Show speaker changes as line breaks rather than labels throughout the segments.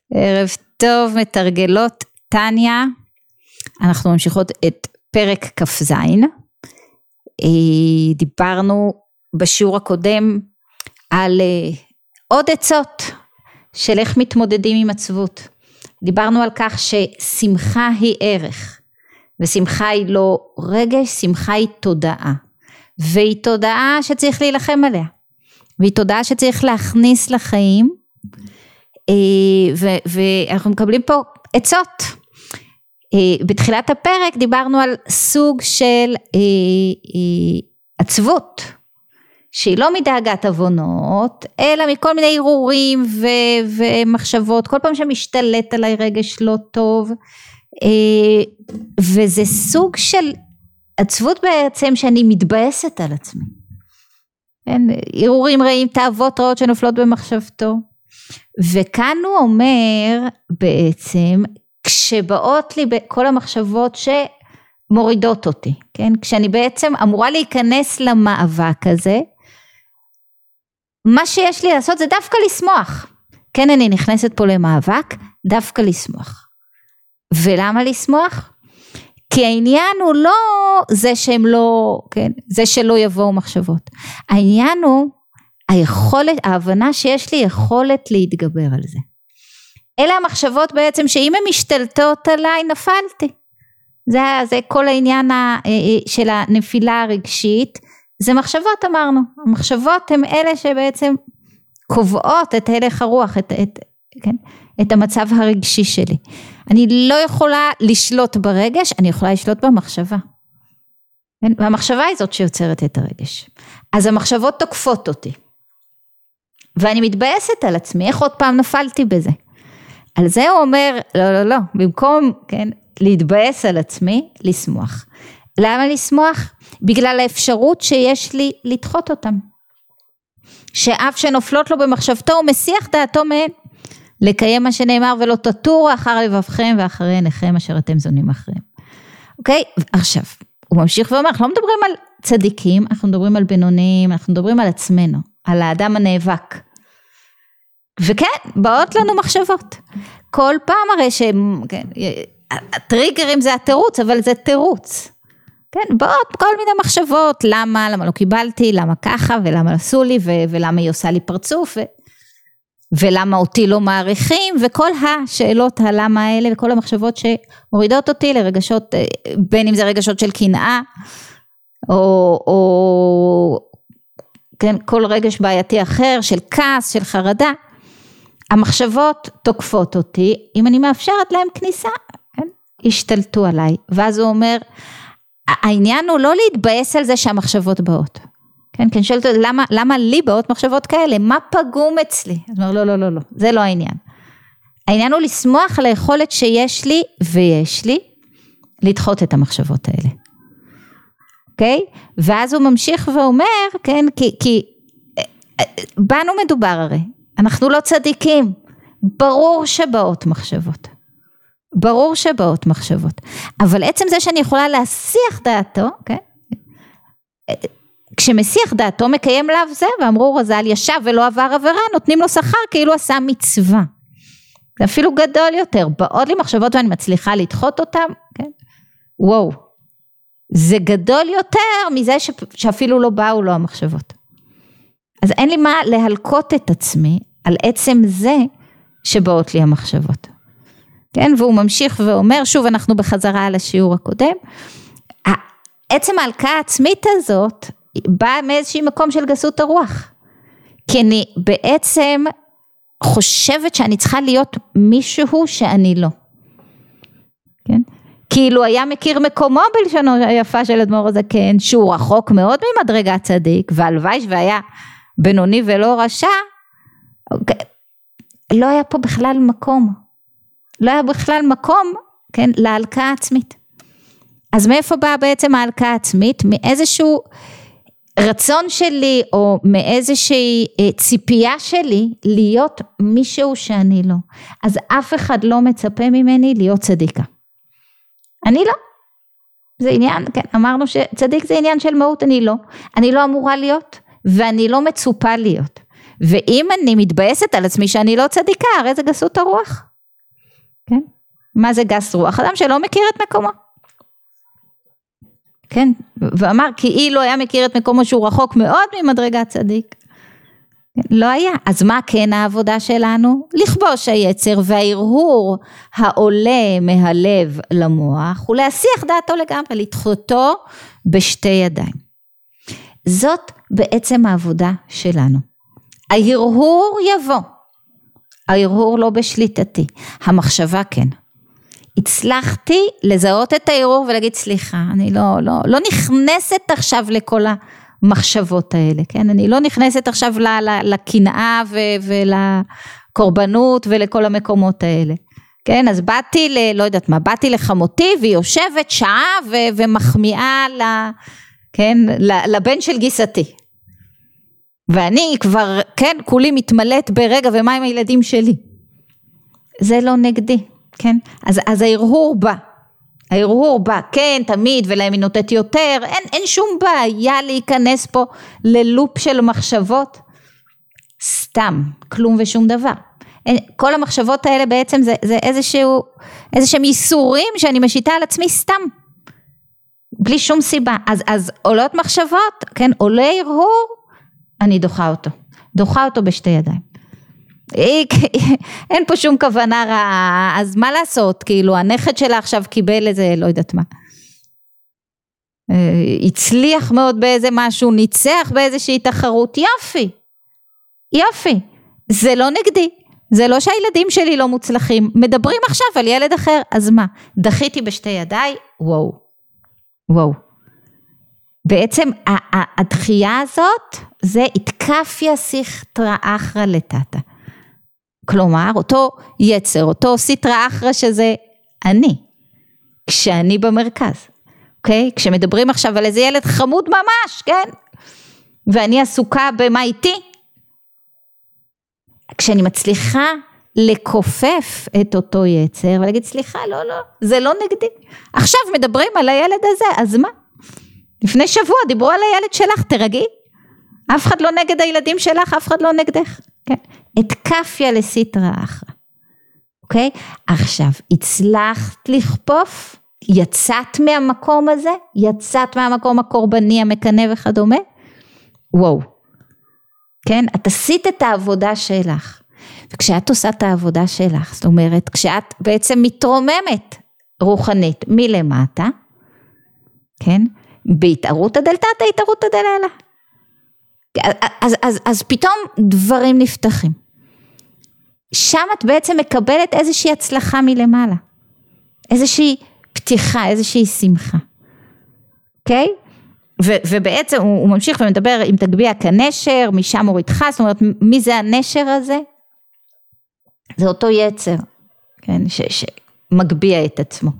ערב טוב, מתרגלות טניה. אנחנו ממשיכות את פרק כ"ז. דיברנו בשיעור הקודם על עוד עצות של איך מתמודדים עם עצבות. דיברנו על כך ששמחה היא ערך, ושמחה היא לא רגש, שמחה היא תודעה, והיא תודעה שצריך להילחם עליה, והיא תודעה שצריך להכניס לחיים, ואנחנו מקבלים פה עצות. בתחילת הפרק דיברנו על סוג של עצבות, שהיא לא מדאגת עוונות, אלא מכל מיני ערעורים ומחשבות, כל פעם שמשתלט עליי רגש לא טוב, וזה סוג של עצבות בעצם שאני מתבאסת על עצמי. ערעורים רעים, תאוות רעות שנופלות במחשבתו. וכאן הוא אומר בעצם, כשבאות לי כל המחשבות שמורידות אותי, כן? כשאני בעצם אמורה להיכנס למאבק הזה, מה שיש לי לעשות זה דווקא לשמוח. כן, אני נכנסת פה למאבק, דווקא לשמוח. ולמה לשמוח? כי העניין הוא לא זה שהם לא, כן, זה שלא יבואו מחשבות. העניין הוא היכולת, ההבנה שיש לי יכולת להתגבר על זה. אלה המחשבות בעצם שאם הן משתלטות עליי נפלתי. זה כל העניין של הנפילה הרגשית, זה מחשבות אמרנו. המחשבות הן אלה שבעצם קובעות את הלך הרוח, את המצב הרגשי שלי. אני לא יכולה לשלוט ברגש, אני יכולה לשלוט במחשבה. והמחשבה היא זאת שיוצרת את הרגש. אז המחשבות תוקפות אותי. ואני מתבאסת על עצמי, איך עוד פעם נפלתי בזה. על זה הוא אומר, לא, במקום, כן, להתבאס על עצמי, לשמוח. למה לשמוח? בגלל האפשרות שיש לי לדחות אותם. שאף שנופלות לו במחשבתו, הוא מסיח דעתו מהן. לקיים מה שנאמר, ולא תטורו אחר לבבכם, ואחרי עיניכם אשר אתם זונים אחריהם. אוקיי? עכשיו, הוא ממשיך ואומר, אנחנו לא מדברים על צדיקים, אנחנו מדברים על בינוניים, אנחנו מדברים על עצמנו, על האדם הנאבק. וכן, באות לנו מחשבות. כל פעם הרי כן, הטריגרים זה התירוץ, אבל זה תירוץ. כן, באות כל מיני מחשבות, למה לא קיבלתי, למה ככה, ולמה עשו לי, ולמה היא עושה לי פרצוף, ולמה אותי לא מעריכים, וכל השאלות הלמה האלה, וכל המחשבות שמורידות אותי לרגשות, בין אם זה רגשות של קנאה, או כן, כל רגש בעייתי אחר, של כעס, של חרדה, המחשבות תוקפות אותי, אם אני מאפשרת להם כניסה, כן? השתלטו עליי, ואז הוא אומר, העניין הוא לא להתבאס על זה שהמחשבות באות, כן, שואלת, למה לי באות מחשבות כאלה, מה פגום אצלי? אז אומר, לא, זה לא העניין, העניין הוא לשמוח על היכולת שיש לי, ויש לי, לדחות את המחשבות האלה, אוקיי? ואז הוא ממשיך ואומר, כן, כי בנו מדובר הרי, אנחנו לא צדיקים, ברור שבאות מחשבות, אבל עצם זה שאני יכולה להסיח דעתו, כן? כשמסיח דעתו מקיים לאו זה, ואמרו רז"ל ישב ולא עבר עבירה, נותנים לו שכר כאילו עשה מצווה, זה אפילו גדול יותר, באות לי מחשבות ואני מצליחה לדחות אותם, כן? וואו, זה גדול יותר מזה שאפילו לא באו לו המחשבות, אז אין לי מה להלקות את עצמי, על עצם זה שבאות לי המחשבות. כן, והוא ממשיך ואומר, שוב אנחנו בחזרה על השיעור הקודם, עצם ההלקאה העצמית הזאת, באה מאיזשהו מקום של גסות הרוח. כי אני בעצם חושבת שאני צריכה להיות מישהו שאני לא. כן? כאילו היה מכיר מקומו בלשונו היפה של אדמו"ר הזקן, שהוא רחוק מאוד ממדרגת צדיק, והלוואי והיה בינוני ולא רשע, לא היה פה בכלל מקום, כן, להלקאה העצמית. אז מאיפה באה בעצם ההלקאה העצמית? מאיזשהו רצון שלי, או מאיזושהי ציפייה שלי, להיות מישהו שאני לא. אז אף אחד לא מצפה ממני להיות צדיקה. אני לא. זה עניין, כן, אמרנו שצדיק זה עניין של מהות, אני לא אמורה להיות, ואני לא מצופה להיות. ואם אני מתבאסת על עצמי שאני לא צדיקה, הרי זה גסות הרוח. מה זה גס רוח? אדם שלא מכיר את מקומו. כן, ואמר, כי אילו היה מכיר את מקומו שהוא רחוק מאוד ממדרגת צדיק. לא היה. אז מה כן העבודה שלנו? לכבוש היצר וההרהור העולה מהלב למוח, ולהסיח דעתו לגמרי, לדחותו בשתי ידיים. זאת בעצם העבודה שלנו. ההרהור יבוא. ההרהור לא בשליטתי. המחשבה כן. הצלחתי לזהות את ההרהור ולהגיד סליחה, אני לא נכנסת עכשיו לכל המחשבות האלה, כן? אני לא נכנסת עכשיו לקנאה ולקורבנות ולכל המקומות האלה, כן? אז באתי לא יודעת מה, באתי לחמותי והיא יושבת שעה ומחמיאה כן? לבן של גיסתי. ואני כבר, כן, כולי מתמלאת ברגע ומה עם הילדים שלי? זה לא נגדי. כן? אז ההרהור בא, כן, תמיד, ולהם היא נותנת יותר, אין שום בעיה להיכנס פה ללופ של מחשבות, סתם, כלום ושום דבר. כל המחשבות האלה בעצם זה איזשהם ייסורים שאני משיתה על עצמי סתם, בלי שום סיבה. אז עולות מחשבות, כן, עולה הרהור, אני דוחה אותו בשתי ידיים. אין פה שום כוונה רעה, אז מה לעשות? כאילו הנכד שלה עכשיו קיבל איזה, לא יודעת מה, הצליח מאוד באיזה משהו, ניצח באיזושהי תחרות, יופי, זה לא נגדי, זה לא שהילדים שלי לא מוצלחים, מדברים עכשיו על ילד אחר, אז מה? דחיתי בשתי ידיי, וואו. בעצם הדחייה הזאת, זה התקפיה סיטרא אחרא לטאטא. כלומר, אותו יצר, אותו סיטרא אחרא שזה אני, כשאני במרכז, אוקיי? כשמדברים עכשיו על איזה ילד חמוד ממש, כן? ואני עסוקה במה איתי, כשאני מצליחה לקופף את אותו יצר, ולהגיד, סליחה, לא, זה לא נגדי. עכשיו מדברים על הילד הזה, אז מה? לפני שבוע דיברו על הילד שלך, תרגעי. אף אחד לא נגד הילדים שלך, אף אחד לא נגדך. כן? התקפיה לסיטרא אחרא. אוקיי? עכשיו, הצלחת לכפוף, יצאת מהמקום הזה, יצאת מהמקום הקורבני, המקנה וכדומה, וואו. כן? את עשית את העבודה שלך. וכשאת עושה את העבודה שלך, זאת אומרת, כשאת בעצם מתרוממת רוחנית מלמטה, כן? בהתערות הדלתתא, התערות הדללה. אז פתאום דברים נפתחים. שם את בעצם מקבלת איזושהי הצלחה מלמעלה. איזושהי פתיחה, איזושהי שמחה. אוקיי? ובעצם הוא ממשיך ומדבר, אם תגביה כנשר, משם הורידך, זאת אומרת, מי זה הנשר הזה? זה אותו יצר, כן? שמגביה את עצמו.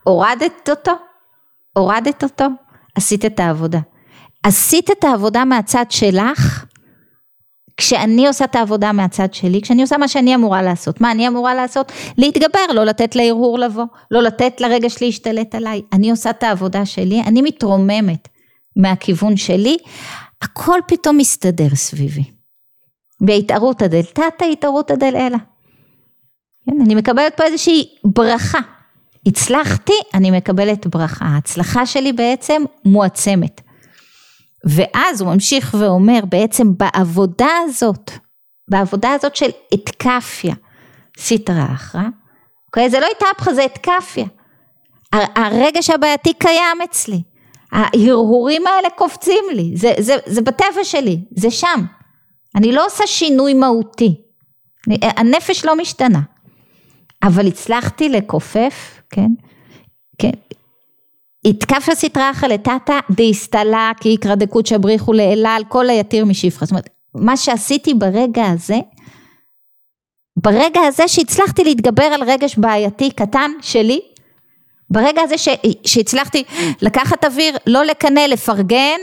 הורדת אותו, עשית את העבודה. עשית את העבודה מהצד שלך, כשאני עושה את העבודה מהצד שלי, כשאני עושה מה שאני אמורה לעשות. מה אני אמורה לעשות? להתגבר, לא לתת להרהור לבוא, לא לתת לרגש להשתלט עליי. אני עושה את העבודה שלי, אני מתרוממת מהכיוון שלי, הכל פתאום מסתדר סביבי. בהתערות הדלתתא, התערות הדללה. אני מקבלת פה איזושהי ברכה. הצלחתי, אני מקבלת ברכה. ההצלחה שלי בעצם מועצמת. ואז הוא ממשיך ואומר, בעצם בעבודה הזאת של התקפיה, סיטרא אחרא, אוקיי? זה לא התהפכה, זה התקפיה. הרגש הבעייתי קיים אצלי. ההרהורים האלה קופצים לי. זה בטבע שלי, זה שם. אני לא עושה שינוי מהותי. הנפש לא משתנה. אבל הצלחתי לקופף, כן? כן. התקפיה סיטרא אחרא לטאטא דאסתלא כי יקרא דקודשא בריחו לעילה על כל היתיר משפחה. זאת אומרת, מה שעשיתי ברגע הזה שהצלחתי להתגבר על רגש בעייתי קטן שלי, ברגע הזה שהצלחתי לקחת אוויר, לא לקנא, לפרגן,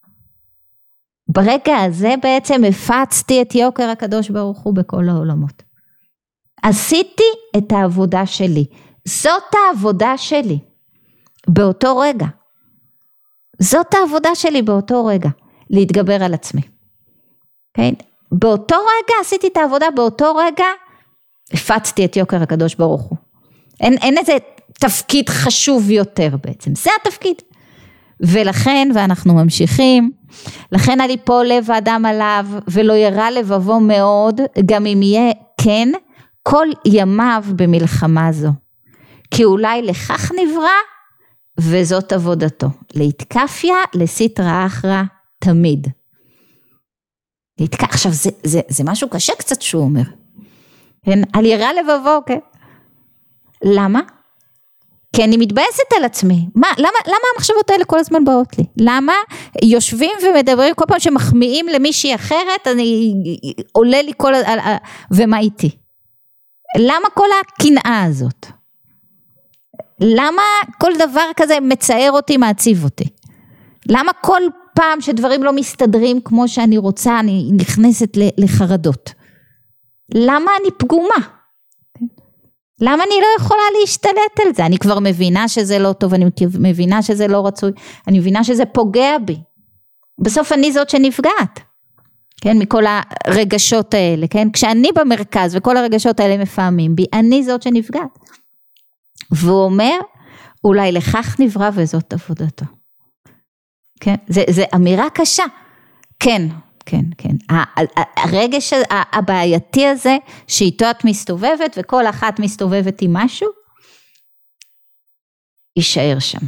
ברגע הזה בעצם הפצתי את יוקר הקדוש ברוך הוא בכל העולמות. עשיתי את העבודה שלי. זאת העבודה שלי. באותו רגע. זאת העבודה שלי באותו רגע. להתגבר על עצמי. כן? באותו רגע עשיתי את העבודה, באותו רגע הפצתי את יוקר הקדוש ברוך הוא. אין איזה תפקיד חשוב יותר בעצם, זה התפקיד. ולכן, ואנחנו ממשיכים, לכן על יפול לב האדם עליו, ולא ירא לבבו מאוד, גם אם יהיה כן, כל ימיו במלחמה זו. כי אולי לכך נברא, וזאת עבודתו. להתקפיה, לסטרא אחרא תמיד. עכשיו, זה משהו קשה קצת שהוא אומר. כן? על ירא לבבו, כן? למה? כי אני מתבאסת על עצמי. למה המחשבות האלה כל הזמן באות לי? למה יושבים ומדברים כל פעם שמחמיאים למישהי אחרת, אני עולה לי כל... ומה איתי? למה כל הקנאה הזאת? למה כל דבר כזה מצער אותי, מעציב אותי? למה כל פעם שדברים לא מסתדרים כמו שאני רוצה, אני נכנסת לחרדות? למה אני פגומה? למה אני לא יכולה להשתלט על זה? אני כבר מבינה שזה לא טוב, אני מבינה שזה לא רצוי, אני מבינה שזה פוגע בי. בסוף אני זאת שנפגעת, כן, מכל הרגשות האלה, כן? כשאני במרכז וכל הרגשות האלה מפעמים בי, אני זאת שנפגעת. והוא אומר, אולי לכך נברא וזאת עבודתו. כן? זה אמירה קשה. כן, כן, כן. הרגש הבעייתי הזה, שאיתו את מסתובבת, וכל אחת מסתובבת עם משהו, יישאר שם.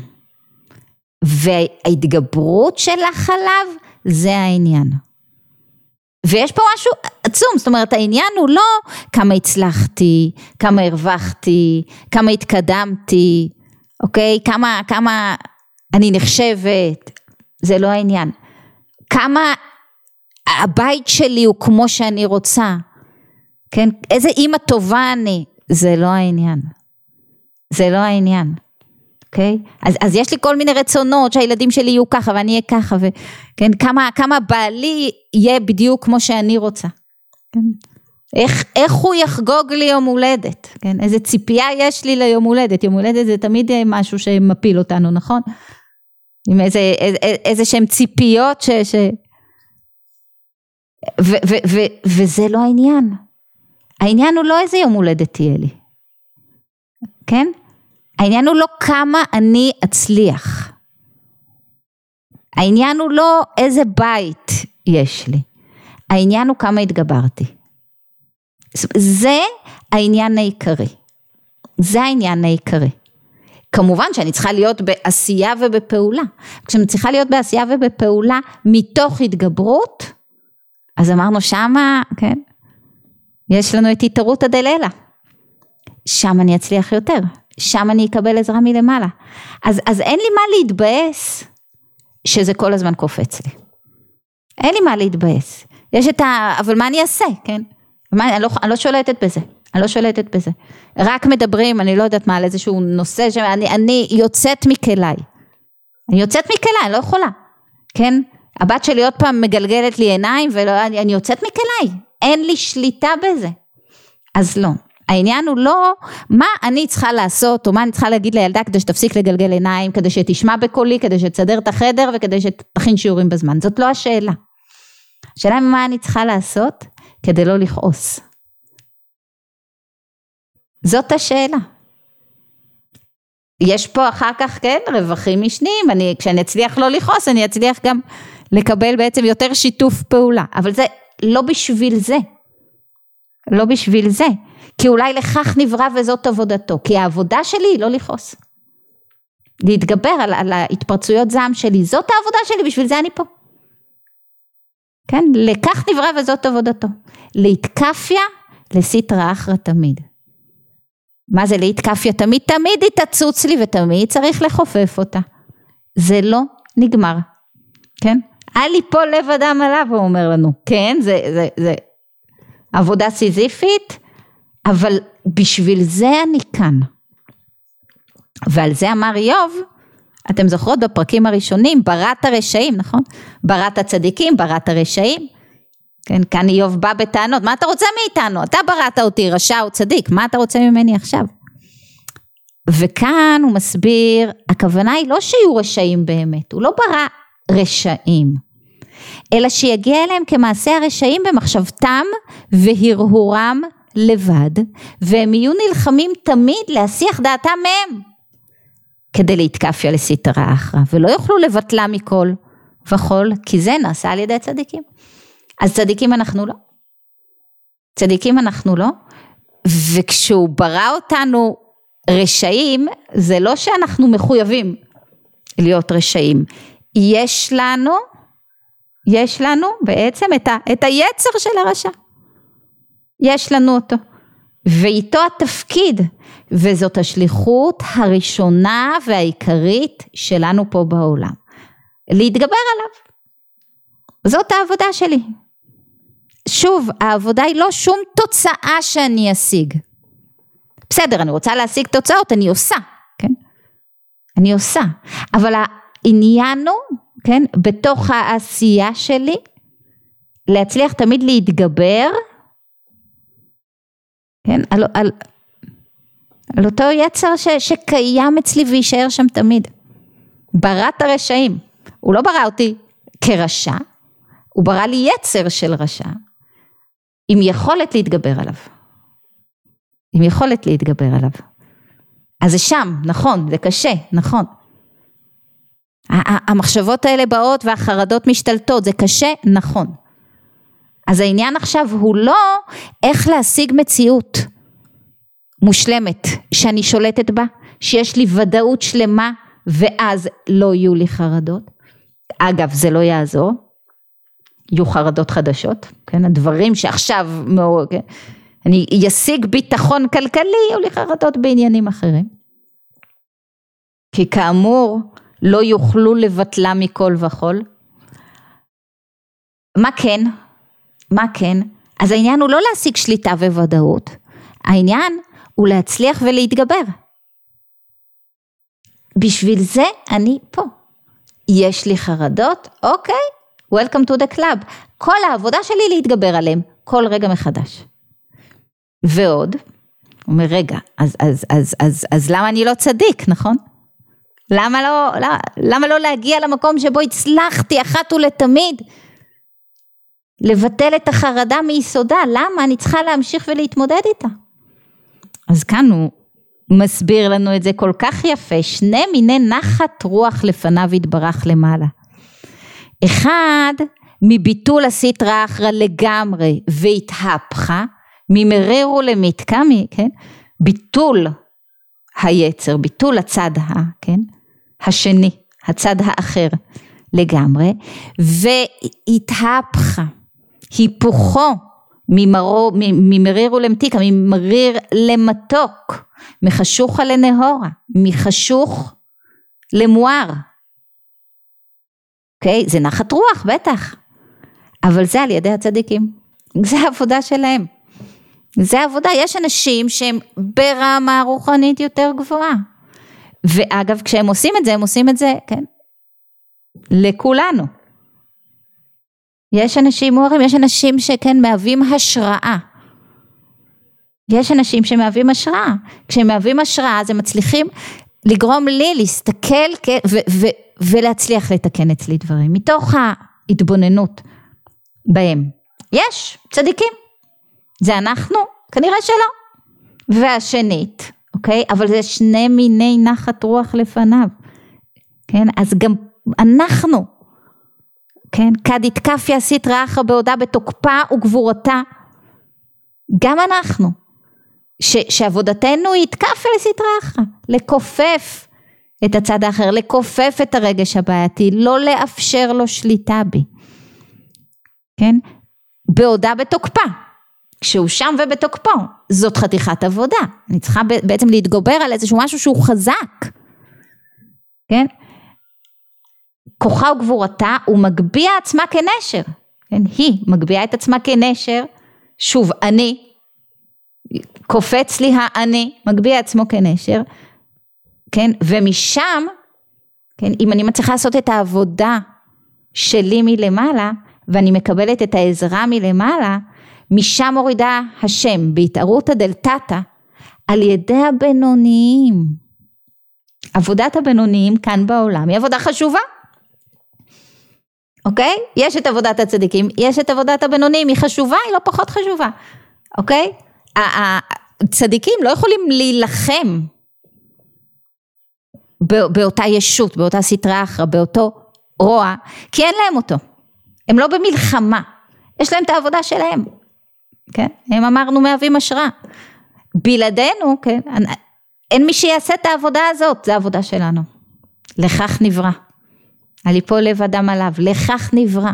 וההתגברות שלך עליו, זה העניין. ויש פה משהו עצום, זאת אומרת, העניין הוא לא כמה הצלחתי, כמה הרווחתי, כמה התקדמתי, אוקיי? כמה אני נחשבת, זה לא העניין. כמה הבית שלי הוא כמו שאני רוצה, כן? איזה אימא טובה אני, זה לא העניין. זה לא העניין. אוקיי? אז יש לי כל מיני רצונות שהילדים שלי יהיו ככה ואני אהיה ככה, וכן, כמה בעלי יהיה בדיוק כמו שאני רוצה. כן? איך הוא יחגוג לי יום הולדת? כן? איזה ציפייה יש לי ליום הולדת? יום הולדת זה תמיד משהו שמפיל אותנו, נכון? עם איזה שהם ציפיות וזה לא העניין. העניין הוא לא איזה יום הולדת תהיה לי. כן? העניין הוא לא כמה אני אצליח. העניין הוא לא איזה בית יש לי. העניין הוא כמה התגברתי. זה העניין העיקרי. זה העניין העיקרי. כמובן שאני צריכה להיות בעשייה ובפעולה. כשאני צריכה להיות בעשייה ובפעולה מתוך התגברות, אז אמרנו שמה, כן, יש לנו את התערותא דלילה. שם אני אצליח יותר. שם אני אקבל עזרה מלמעלה. אז אין לי מה להתבאס שזה כל הזמן קופץ לי. אין לי מה להתבאס. יש אבל מה אני אעשה, כן? אני לא שולטת בזה. אני לא שולטת בזה. רק מדברים, אני לא יודעת מה, על איזשהו נושא, אני יוצאת מכליי. אני יוצאת מכליי, אני לא יכולה. כן? הבת שלי עוד פעם מגלגלת לי עיניים, ואני יוצאת מכליי. אין לי שליטה בזה. אז לא. העניין הוא לא מה אני צריכה לעשות, או מה אני צריכה להגיד לילדה, כדי שתפסיק לגלגל עיניים, כדי שתשמע בקולי, כדי שתסדר את החדר, וכדי שתכין שיעורים בזמן. זאת לא השאלה. השאלה היא מה אני צריכה לעשות, כדי לא לכעוס. זאת השאלה. יש פה אחר כך, כן, רווחים משניים, כשאני אצליח לא לכעוס, אני אצליח גם לקבל בעצם יותר שיתוף פעולה, אבל זה לא בשביל זה. לא בשביל זה. כי אולי לכך נברא וזאת עבודתו, כי העבודה שלי היא לא לכעוס. להתגבר על ההתפרצויות זעם שלי, זאת העבודה שלי, בשביל זה אני פה. כן, לכך נברא וזאת עבודתו. להתקפיה, לסטרא אחרא תמיד. מה זה להתקפיה? תמיד היא תצוץ לי, ותמיד צריך לחופף אותה. זה לא נגמר. כן? אל יפול לב אדם עליו, הוא אומר לנו. כן, זה עבודה סיזיפית, אבל בשביל זה אני כאן. ועל זה אמר איוב, אתם זוכרות בפרקים הראשונים, בראת הרשעים, נכון? בראת הצדיקים, בראת הרשעים. כן, כאן איוב בא בטענות, מה אתה רוצה מאיתנו? אתה בראת אותי, רשע או צדיק, מה אתה רוצה ממני עכשיו? וכאן הוא מסביר, הכוונה היא לא שיהיו רשעים באמת, הוא לא ברא רשעים, אלא שיגיע אליהם כמעשה הרשעים במחשבתם והרהורם לבד, והם יהיו נלחמים תמיד להסיח דעתם מהם, כדי להתקפיה לסטרא אחרא, ולא יוכלו לבטלה מכל וכל, כי זה נעשה על ידי צדיקים. אז צדיקים אנחנו לא. צדיקים אנחנו לא, וכשהוא ברא אותנו רשעים, זה לא שאנחנו מחויבים להיות רשעים. יש לנו בעצם את היצר של הרשע. יש לנו אותו. ואיתו התפקיד, וזאת השליחות הראשונה והעיקרית שלנו פה בעולם. להתגבר עליו. זאת העבודה שלי. שוב, העבודה היא לא שום תוצאה שאני אשיג. בסדר, אני רוצה להשיג תוצאות, אני עושה, כן? אני עושה. אבל העניין הוא, כן, בתוך העשייה שלי, להצליח תמיד להתגבר, כן, על אותו יצר שקיים אצלי וישאר שם תמיד. בראת הרשעים. הוא לא ברא אותי כרשע, הוא ברא לי יצר של רשע, עם יכולת להתגבר עליו. עם יכולת להתגבר עליו. אז זה שם, נכון, זה קשה, נכון. המחשבות האלה באות והחרדות משתלטות, זה קשה, נכון. אז העניין עכשיו הוא לא איך להשיג מציאות מושלמת, שאני שולטת בה, שיש לי ודאות שלמה, ואז לא יהיו לי חרדות. אגב, זה לא יעזור, יהיו חרדות חדשות, כן? הדברים שעכשיו, כן? אני אשיג ביטחון כלכלי, יהיו לי חרדות בעניינים אחרים. כי כאמור, לא יוכלו לבטלה מכל וכל. מה כן? מה כן? אז העניין הוא לא להשיג שליטה וודאות, העניין הוא להצליח ולהתגבר. בשביל זה אני פה. יש לי חרדות, אוקיי, welcome to the club. כל העבודה שלי להתגבר עליהם, כל רגע מחדש. ועוד, הוא אומר, רגע, אז למה אני לא צדיק, נכון? למה לא להגיע למקום שבו הצלחתי אחת ולתמיד, לבטל את החרדה מיסודה? למה אני צריכה להמשיך ולהתמודד איתה? אז כאן הוא מסביר לנו את זה כל כך יפה, שני מיני נחת רוח לפניו יתברך למעלה. אחד, מביטול הסטרא אחרא לגמרי והתהפכה, ממררו למתקה, כן? ביטול היצר, ביטול הצד כן? השני, הצד האחר לגמרי, והתהפכה, היפוכו, ממררו למתיקה, ממריר למתוק, מחשוכה לנהורה, מחשוך למואר. אוקיי? זה נחת רוח, בטח. אבל זה על ידי הצדיקים. זה העבודה שלהם. זה העבודה. יש אנשים שהם ברמה רוחנית יותר גבוהה. ואגב, כשהם עושים את זה, הם עושים את זה, כן? לכולנו. יש אנשים מוארים, יש אנשים שכן מהווים השראה. יש אנשים שמהווים השראה. כשהם מהווים השראה, אז הם מצליחים לגרום לי להסתכל ולהצליח לתקן אצלי דברים. מתוך ההתבוננות בהם. יש צדיקים. זה אנחנו? כנראה שלא. והשנית, אוקיי? אבל זה שני מיני נחת רוח לפניו. כן? אז גם אנחנו, כן? כד התקפיה סטרא אחרא בעודה בתוקפה וגבורתה. גם אנחנו. שעבודתנו היא התקפיה לסטרא אחרא. לכופף את הצד האחר, לכופף את הרגש הבעייתי, לא לאפשר לו שליטה בי. כן? בעודה בתוקפה. כשהוא שם ובתוקפו, זאת חתיכת עבודה. אני צריכה בעצם להתגבר על איזשהו משהו שהוא חזק. כן? כוחה וגבורתה, הוא מגביע עצמה כנשר. כן? היא מגביעה את עצמה כנשר. שוב, אני, קופץ לי האני, מגביע עצמו כנשר. כן? ומשם, כן? אם אני מצליחה לעשות את העבודה שלי מלמעלה, ואני מקבלת את העזרה מלמעלה, משם הורידה השם בהתערותא דלתתא על ידי הבינוניים. עבודת הבינוניים כאן בעולם היא עבודה חשובה. אוקיי? יש את עבודת הצדיקים, יש את עבודת הבינוניים, היא חשובה, היא לא פחות חשובה. אוקיי? הצדיקים לא יכולים להילחם באותה ישות, באותה סטרה אחרא, באותו רוע, כי אין להם אותו. הם לא במלחמה. יש להם את העבודה שלהם. כן? הם אמרנו מהווים השראה. בלעדינו, כן? אין מי שיעשה את העבודה הזאת, זה העבודה שלנו. לכך נברא. על יפול לב אדם עליו, לכך נברא.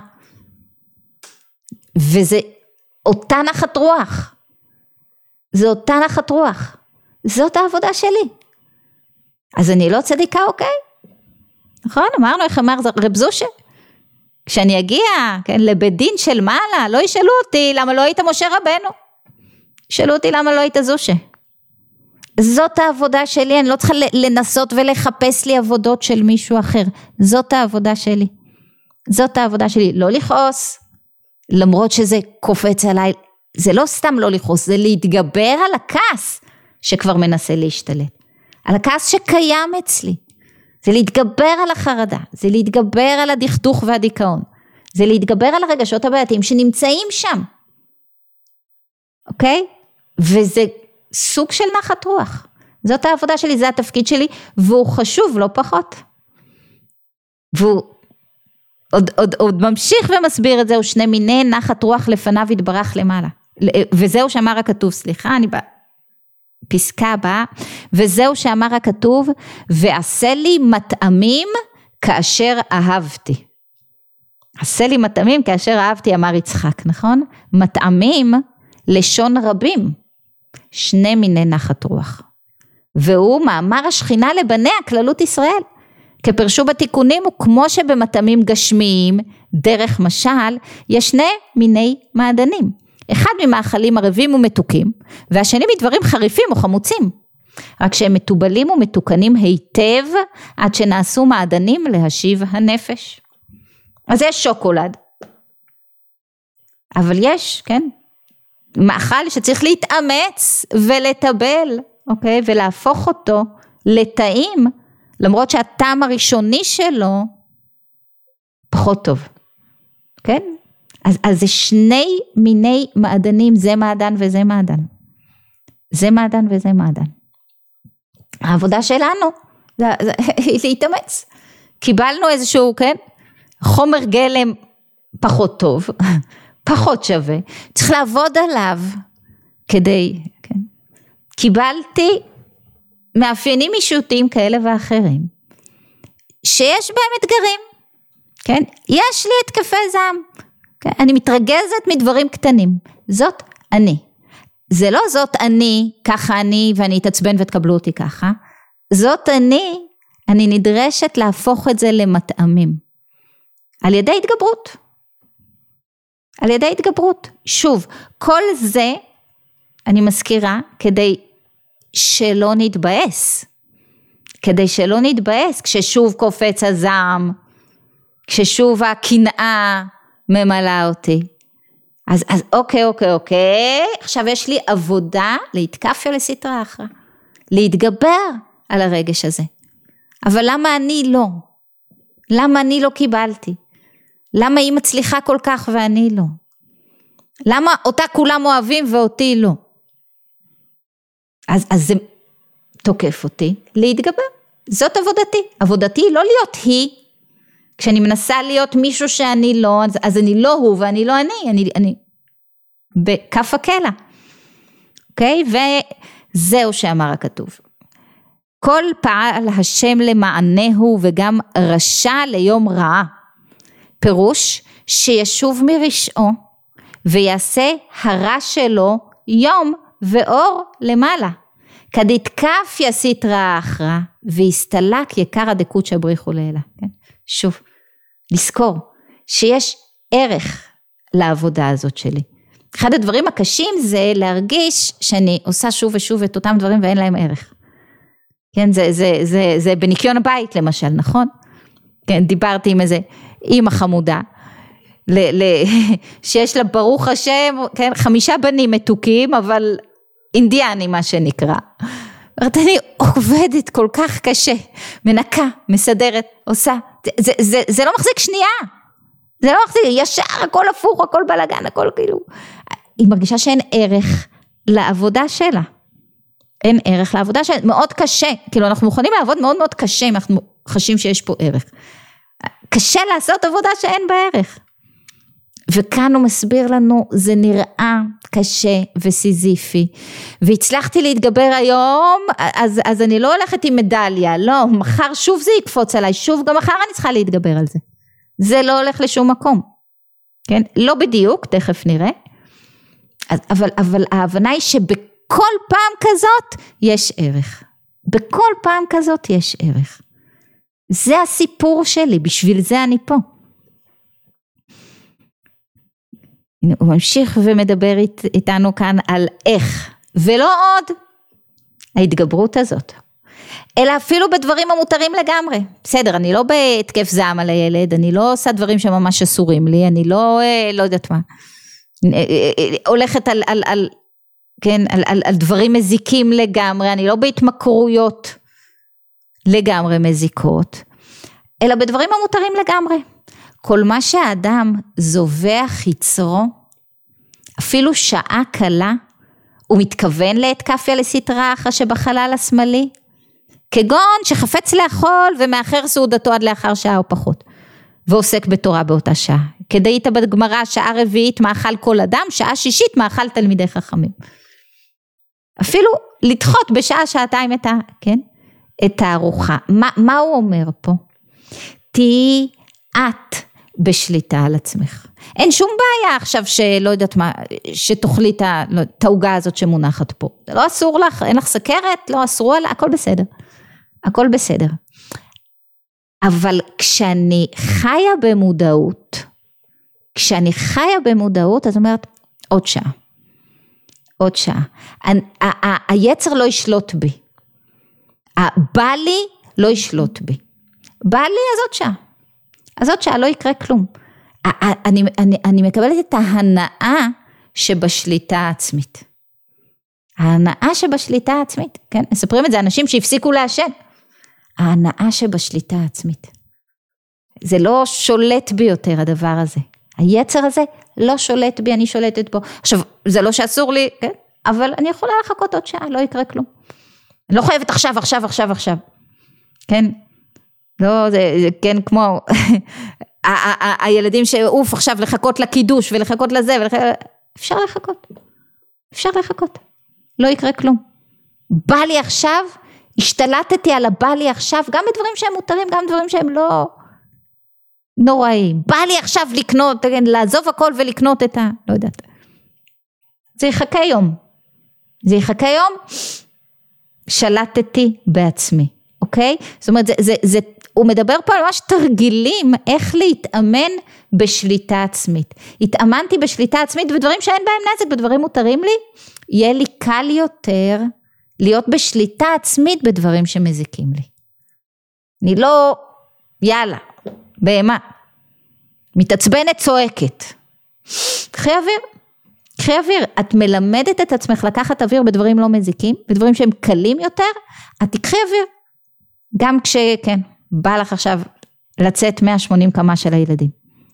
וזה אותה נחת רוח. זה אותה נחת רוח. זאת העבודה שלי. אז אני לא צדיקה, אוקיי? נכון? אמרנו, איך אמר רב זושה? כשאני אגיע, כן, לבית דין של מעלה, לא ישאלו אותי למה לא היית משה רבנו. ישאלו אותי למה לא היית זושה. זאת העבודה שלי, אני לא צריכה לנסות ולחפש לי עבודות של מישהו אחר. זאת העבודה שלי. זאת העבודה שלי. לא לכעוס, למרות שזה קופץ עליי. זה לא סתם לא לכעוס, זה להתגבר על הכעס שכבר מנסה להשתלט. על הכעס שקיים אצלי. זה להתגבר על החרדה, זה להתגבר על הדכדוך והדיכאון. זה להתגבר על הרגשות הבעייתיים שנמצאים שם. אוקיי? וזה סוג של נחת רוח. זאת העבודה שלי, זה התפקיד שלי, והוא חשוב לא פחות. והוא עוד ממשיך ומסביר את זה, הוא שני מיני נחת רוח לפניו יתברך למעלה. וזהו שאמר הכתוב, סליחה, אני בפסקה הבאה, וזהו שאמר הכתוב, ועשה לי מטעמים כאשר אהבתי. עשה לי מטעמים כאשר אהבתי, אמר יצחק, נכון? מטעמים לשון רבים, שני מיני נחת רוח. והוא מאמר השכינה לבניה, כללות ישראל. כפרשו בתיקונים, וכמו שבמטעמים גשמיים, דרך משל, יש שני מיני מעדנים. אחד ממאכלים ערבים ומתוקים, והשני מדברים חריפים או חמוצים. רק שהם מטובלים ומתוקנים היטב, עד שנעשו מעדנים להשיב הנפש. אז יש שוקולד. אבל יש, כן? מאכל שצריך להתאמץ ולטבל, אוקיי? ולהפוך אותו לטעים, למרות שהטעם הראשוני שלו פחות טוב. כן? אז זה שני מיני מעדנים, זה מעדן וזה מעדן. זה מעדן וזה מעדן. העבודה שלנו היא להתאמץ. קיבלנו איזשהו, כן? חומר גלם פחות טוב, פחות שווה. צריך לעבוד עליו כדי, כן? קיבלתי מאפיינים אישותיים כאלה ואחרים, שיש בהם אתגרים, כן? יש לי התקפי זעם, כן? אני מתרגזת מדברים קטנים, זאת אני. זה לא זאת אני, ככה אני, ואני אתעצבן ותקבלו אותי ככה, זאת אני נדרשת להפוך את זה למטעמים, על ידי התגברות. על ידי התגברות. שוב, כל זה, אני מזכירה, כדי שלא נתבאס. כדי שלא נתבאס, כששוב קופץ הזעם, כששוב הקנאה ממלאה אותי. אז אוקיי, עכשיו יש לי עבודה להתקפיה לסטרה אחרא. להתגבר על הרגש הזה. אבל למה אני לא? למה אני לא קיבלתי? למה היא מצליחה כל כך ואני לא? למה אותה כולם אוהבים ואותי לא? אז זה תוקף אותי להתגבר. זאת עבודתי. עבודתי היא לא להיות היא. כשאני מנסה להיות מישהו שאני לא, אז אני לא הוא ואני לא אני בכף הקלע. אוקיי? וזהו שאמר הכתוב. כל פעל השם למענהו וגם רשע ליום רעה. פירוש שישוב מרשעו ויעשה הרע שלו יום ואור למעלה. כדתקף יסית רע אחרא והסתלק יקר הדקות שבריחו לילה. כן? שוב, לזכור שיש ערך לעבודה הזאת שלי. אחד הדברים הקשים זה להרגיש שאני עושה שוב ושוב את אותם דברים ואין להם ערך. כן, זה בניקיון הבית למשל, נכון? כן, דיברתי עם איזה אמא חמודה, שיש לה ברוך השם, כן, 5 בנים מתוקים, אבל אינדיאני מה שנקרא. אני עובדת כל כך קשה, מנקה, מסדרת, עושה, זה לא מחזיק שנייה, זה לא מחזיק, ישר, הכל הפוך, הכל בלגן, הכל כאילו, היא מרגישה שאין ערך לעבודה שלה. אין ערך לעבודה שלה, מאוד קשה, כאילו אנחנו מוכנים לעבוד מאוד מאוד קשה, אם אנחנו חשים שיש פה ערך. קשה לעשות עבודה שאין בה ערך. וכאן הוא מסביר לנו, זה נראה קשה וסיזיפי, והצלחתי להתגבר היום, אז אני לא הולכת עם מדליה, לא, מחר שוב זה יקפוץ עליי, שוב גם מחר אני צריכה להתגבר על זה. זה לא הולך לשום מקום, כן? לא בדיוק, תכף נראה, אבל ההבנה היא שבכל פעם כזאת יש ערך, בכל פעם כזאת יש ערך. זה הסיפור שלי, בשביל זה אני פה. הוא ממשיך ומדבר איתנו כאן על איך, ולא עוד ההתגברות הזאת, אלא אפילו בדברים המותרים לגמרי. בסדר, אני לא בהתקף זעם על הילד, אני לא עושה דברים שממש אסורים לי, אני לא יודעת מה, הולכת על דברים מזיקים לגמרי, אני לא בהתמכרויות לגמרי מזיקות, אלא בדברים המותרים לגמרי. כל מה שהאדם זובח יצרו, אפילו שעה קלה, הוא מתכוון להתקפיה לסטרה אחרי שבחלל השמאלי, כגון שחפץ לאכול ומאחר סעודתו עד לאחר שעה או פחות, ועוסק בתורה באותה שעה. כדאית בגמרא, שעה רביעית מאכל כל אדם, שעה שישית מאכל תלמידי חכמים. אפילו לדחות בשעה שעתיים את הארוחה. מה הוא אומר פה? תהי את בשליטה על עצמך. אין שום בעיה עכשיו שלא יודעת מה, שתאכלי את העוגה הזאת שמונחת פה. זה לא אסור לך, אין לך סכרת, לא אסרו עליה, הכל בסדר. הכל בסדר. אבל כשאני חיה במודעות, אז אומרת, עוד שעה. היצר לא ישלוט בי. בא לי לא ישלוט בי. בא לי אז עוד שעה לא יקרה כלום. אני מקבלת את ההנאה שבשליטה העצמית. ההנאה שבשליטה העצמית, כן? מספרים את זה אנשים שהפסיקו לעשן. ההנאה שבשליטה העצמית. זה לא שולט בי יותר הדבר הזה. היצר הזה לא שולט בי, אני שולטת בו. עכשיו, זה לא שאסור לי, כן? אבל אני יכולה לחכות עוד שעה, לא יקרה כלום. אני לא חייבת עכשיו. כן? לא, זה כן כמו הילדים שאוף עכשיו לחכות לקידוש ולחכות לזה, אפשר לחכות, לא יקרה כלום. בא לי עכשיו, השתלטתי על הבא לי עכשיו, גם בדברים שהם מותרים, גם דברים שהם לא נוראים. בא לי עכשיו לקנות, לעזוב הכל ולקנות לא יודעת. זה יחכה יום, שלטתי בעצמי, אוקיי? זאת אומרת, הוא מדבר פה על ממש תרגילים, איך להתאמן בשליטה עצמית. התאמנתי בשליטה עצמית בדברים שאין בהם נזק, בדברים מותרים לי, יהיה לי קל יותר להיות בשליטה עצמית בדברים שמזיקים לי. אני לא, יאללה, בהמה, מתעצבנת צועקת. קחי אוויר, את מלמדת את עצמך לקחת אוויר בדברים לא מזיקים, בדברים שהם קלים יותר, את תקחי אוויר. גם כשכן, בא לך עכשיו לצאת 180 קמה של הילדים.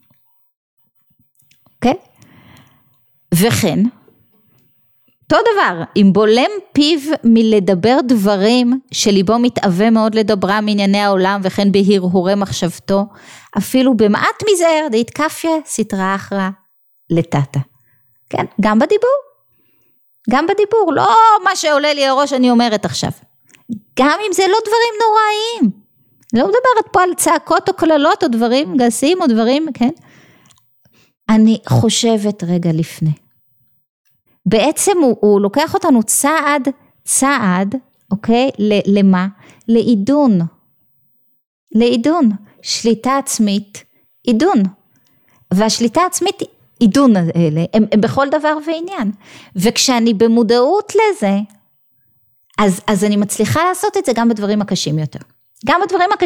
אוקיי? וכן, אותו דבר, אם בולם פיו מלדבר דברים שליבו מתאווה מאוד לדברה מענייני העולם וכן בהרהורי מחשבתו, אפילו במעט מזער דהתקפיה סתרא אחרא לטאטא. כן? גם בדיבור, לא מה שעולה לי הראש אני אומרת עכשיו. גם אם זה לא דברים נוראים, לא מדברת פה על צעקות או כללות או דברים גסים או דברים, כן? אני חושבת רגע לפני. בעצם הוא לוקח אותנו צעד, אוקיי? למה? לעידון. שליטה עצמית, עידון. והשליטה עצמית, עידון האלה, הם בכל דבר ועניין. וכשאני במודעות לזה, אז אני מצליחה לעשות את זה גם בדברים הקשים יותר. גם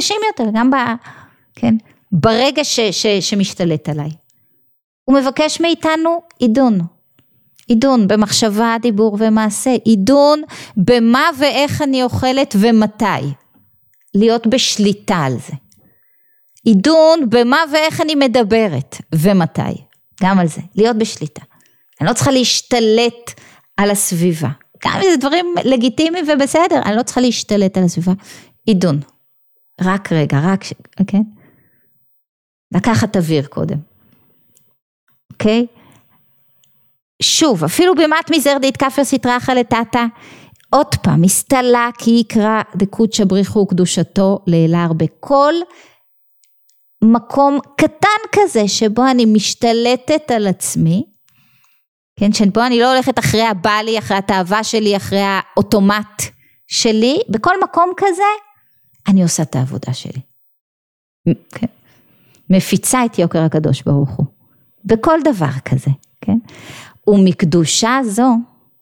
ברגע שמשתלט עליי. הוא מבקש מאיתנו עידון במחשבה, דיבור ומעשה, עידון במה ואיך אני אוכלת ומתי, להיות בשליטה על זה. עידון במה ואיך אני מדברת ומתי, גם על זה, להיות בשליטה. אני לא צריכה להשתלט על הסביבה. גם אם זה דברים לגיטימיים ובסדר, אני לא צריכה להשתלט על הסביבה. עידון. רק רגע, אוקיי? לקחת אוויר קודם. אוקיי? שוב, אפילו במעט מזר דית כפר סטרחה לטאטה, עוד פעם, מסתלה כי יקרא דקודשא בריחו וקדושתו לאלהר, בכל מקום קטן כזה, שבו אני משתלטת על עצמי, כן, שבו אני לא הולכת אחרי הבעלי, אחרי התאווה שלי, אחרי האוטומט שלי, בכל מקום כזה, אני עושה את העבודה שלי. כן? מפיצה את יוקר הקדוש ברוך הוא. בכל דבר כזה, כן? ומקדושה זו,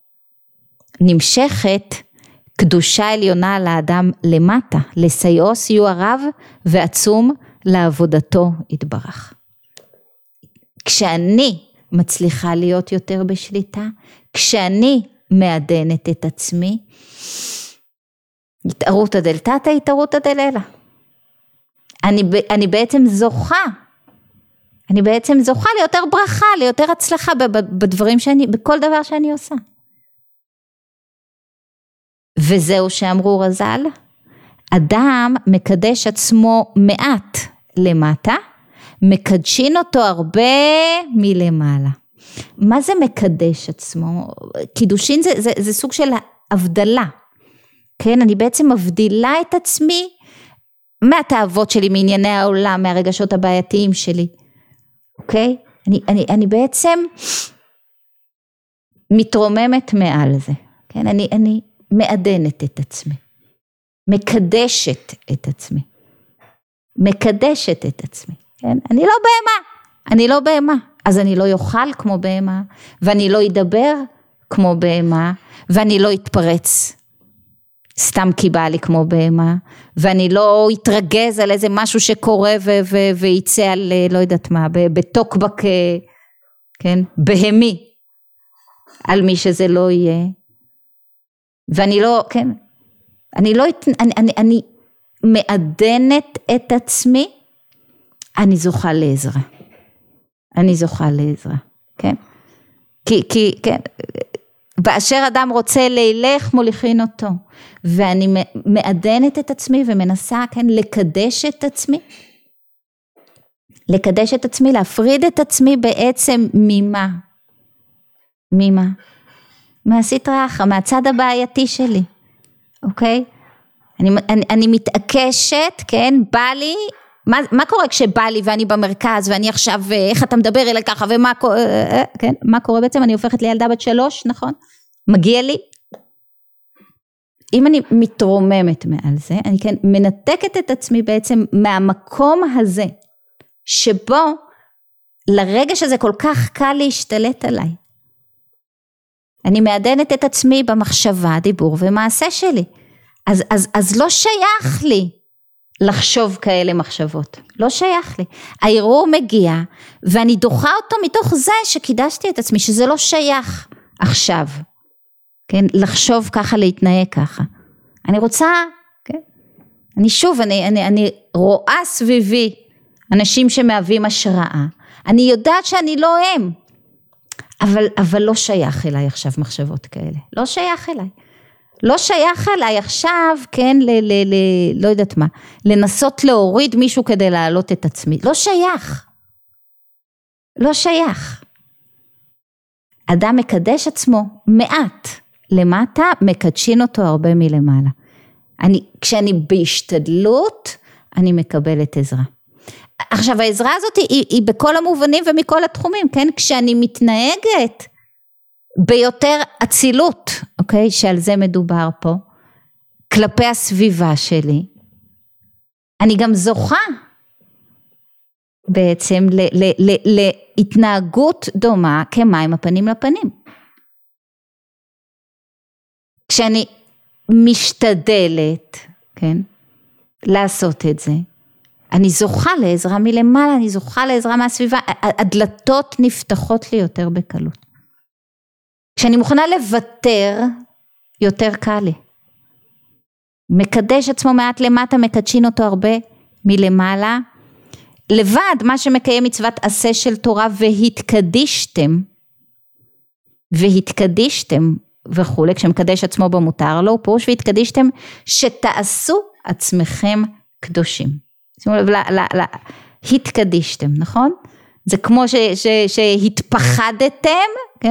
נמשכת קדושה עליונה לאדם למטה, לסייעו סיוע רב ועצום לעבודתו יתברך. כשאני מצליחה להיות יותר בשליטה, כשאני מעדנת את עצמי, התערותא דלתתא, התערותא דלילה. אני בעצם זוכה ליותר ברכה, ליותר הצלחה בדברים בכל דבר שאני עושה. וזהו שאמרו רז"ל, אדם מקדש עצמו מעט למטה, מקדשין אותו הרבה מלמעלה. מה זה מקדש עצמו? קידושין זה סוג של הבדלה. כן, אני בעצם מבדילה את עצמי מהתאוות שלי, מענייני העולם, מהרגשות הבעייתיים שלי. אוקיי? אני בעצם מתרוממת מעל זה. כן, אני מעדנת את עצמי. מקדשת את עצמי. מקדשת את עצמי. כן? אני לא בהמה. אז אני לא יאכל כמו בהמה, ואני לא אדבר כמו בהמה, ואני לא אתפרץ סתם כי בא לי כמו בהמה, ואני לא אתרגז על איזה משהו שקורה ויצא על לא יודעת מה, בטוקבק, כן, בהמי, על מי שזה לא יהיה. ואני לא, כן, אני מעדנת את עצמי, אני זוכה לעזרה. כן? כי, כן, באשר אדם רוצה לילך מוליכין אותו, ואני מעדנת את עצמי ומנסה, כן, לקדש את עצמי, להפריד את עצמי בעצם ממה? מהסטרא אחרא, מהצד הבעייתי שלי, אוקיי? אני מתעקשת, כן, בא לי, מה קורה כשבא לי ואני במרכז ואני עכשיו, איך אתה מדבר אליי ככה ומה קורה, כן, מה קורה בעצם? אני הופכת לילדה בת 3, נכון? מגיע לי. אם אני מתרוממת מעל זה, אני כן מנתקת את עצמי בעצם מהמקום הזה, שבו לרגע שזה כל כך קל להשתלט עליי. אני מעדנת את עצמי במחשבה, דיבור ומעשה שלי. אז לא שייך לי לחשוב כאלה מחשבות. לא שייך לי. הערעור מגיע, ואני דוחה אותו מתוך זה שקידשתי את עצמי, שזה לא שייך עכשיו. כן? לחשוב ככה, להתנהג ככה. אני רוצה, כן? אני רואה סביבי אנשים שמהווים השראה. אני יודעת שאני לא הם. אבל לא שייך אליי עכשיו מחשבות כאלה. לא שייך אליי. לא שייך אליי עכשיו, כן, לא יודעת מה, לנסות להוריד מישהו כדי להעלות את עצמי. לא שייך. לא שייך. אדם מקדש עצמו מעט למטה, מקדשין אותו הרבה מלמעלה. כשאני בהשתדלות, אני מקבלת עזרה. עכשיו, העזרה הזאת היא בכל המובנים ומכל התחומים, כן? כשאני מתנהגת ביותר אצילות, אוקיי? שעל זה מדובר פה, כלפי הסביבה שלי, אני גם זוכה בעצם להתנהגות דומה כמים הפנים לפנים. כשאני משתדלת, כן? לעשות את זה, אני זוכה לעזרה מלמעלה, אני זוכה לעזרה מהסביבה, הדלתות נפתחות לי יותר בקלות. כשאני מוכנה לוותר, יותר קל לי. מקדש עצמו מעט למטה, מקדשין אותו הרבה מלמעלה. לבד, מה שמקיים מצוות עשה של תורה, והתקדישתם, וכו', כשמקדש עצמו במותר לו, פירוש והתקדישתם שתעשו עצמכם קדושים. שימו לב, התקדישתם, נכון? זה כמו שהתפחדתם, כן?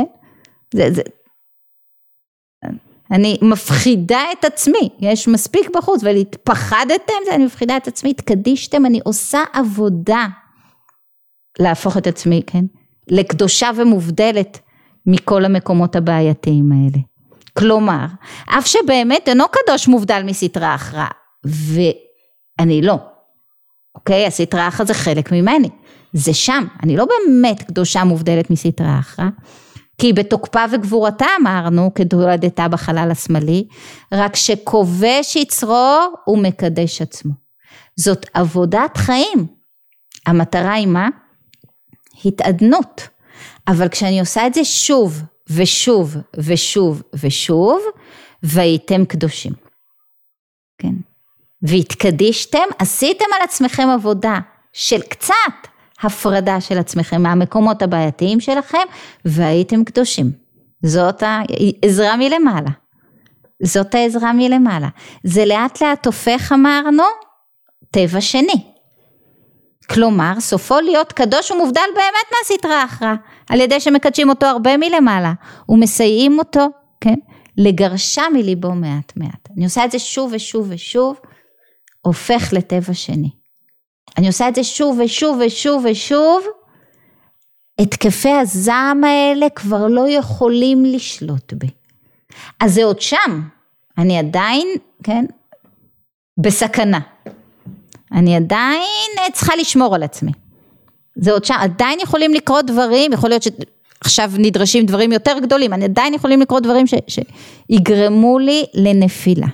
אני מפחידה את עצמי, יש מספיק בחוץ, ולהתפחדתם, אני מפחידה את עצמי, התקדישתם, אני עושה עבודה להפוך את עצמי, כן? לקדושה ומובדלת מכל המקומות הבעייתיים האלה. כלומר, אף שבאמת אינו קדוש מובדל מסתרה אחרא, ואני לא. אוקיי? הסתרה אחרא זה חלק ממני. זה שם. אני לא באמת קדושה מובדלת מסתרה אחרא, כי בתוקפה וגבורתה אמרנו, כהולדתה בחלל השמאלי, רק שכובש יצרו ומקדש עצמו. זאת עבודת חיים. המטרה היא מה? התעדנות. אבל כשאני עושה את זה שוב ושוב ושוב ושוב, והייתם קדושים. כן. והתקדישתם, עשיתם על עצמכם עבודה של קצת הפרדה של עצמכם מהמקומות הבעייתיים שלכם, והייתם קדושים. זאת העזרה מלמעלה. זאת העזרה מלמעלה. זה לאט לאט הופך, אמרנו, טבע שני. כלומר, סופו להיות קדוש ומובדל באמת מהסתרה אחרא, על ידי שמקדשים אותו הרבה מלמעלה, ומסייעים אותו, כן, לגרשה מליבו מעט מעט. אני עושה את זה שוב ושוב ושוב, הופך לטבע שני. אני עושה את זה שוב ושוב ושוב ושוב, התקפי הזעם האלה כבר לא יכולים לשלוט בי. אז זה עוד שם, אני עדיין, כן, בסכנה. אני עדיין צריכה לשמור על עצמי. זה עוד שם, עדיין יכולים לקרות דברים, יכול להיות שעכשיו נדרשים דברים יותר גדולים, אני עדיין יכולים לקרות דברים שיגרמו לי לנפילה.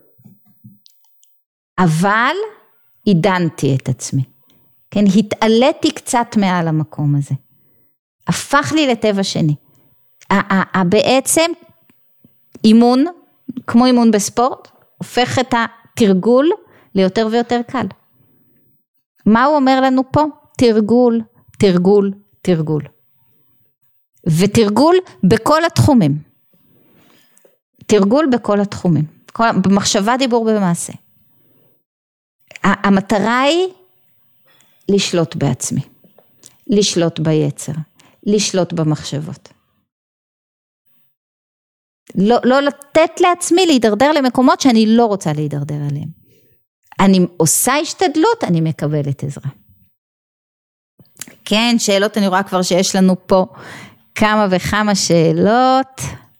אבל עידנתי את עצמי. כן, התעליתי קצת מעל המקום הזה. הפך לי לטבע שני. בעצם אימון, כמו אימון בספורט, הופך את התרגול ליותר ויותר קל. מה הוא אומר לנו פה? תרגול, תרגול, תרגול. ותרגול בכל התחומים. תרגול בכל התחומים. במחשבה, דיבור במעשה. המטרה היא לשלוט בעצמי. לשלוט ביצר. לשלוט במחשבות. לא לתת לעצמי להידרדר למקומות שאני לא רוצה להידרדר עליהם. אני עושה השתדלות, אני מקבלת עזרה. כן, שאלות, אני רואה כבר שיש לנו פה כמה וכמה שאלות.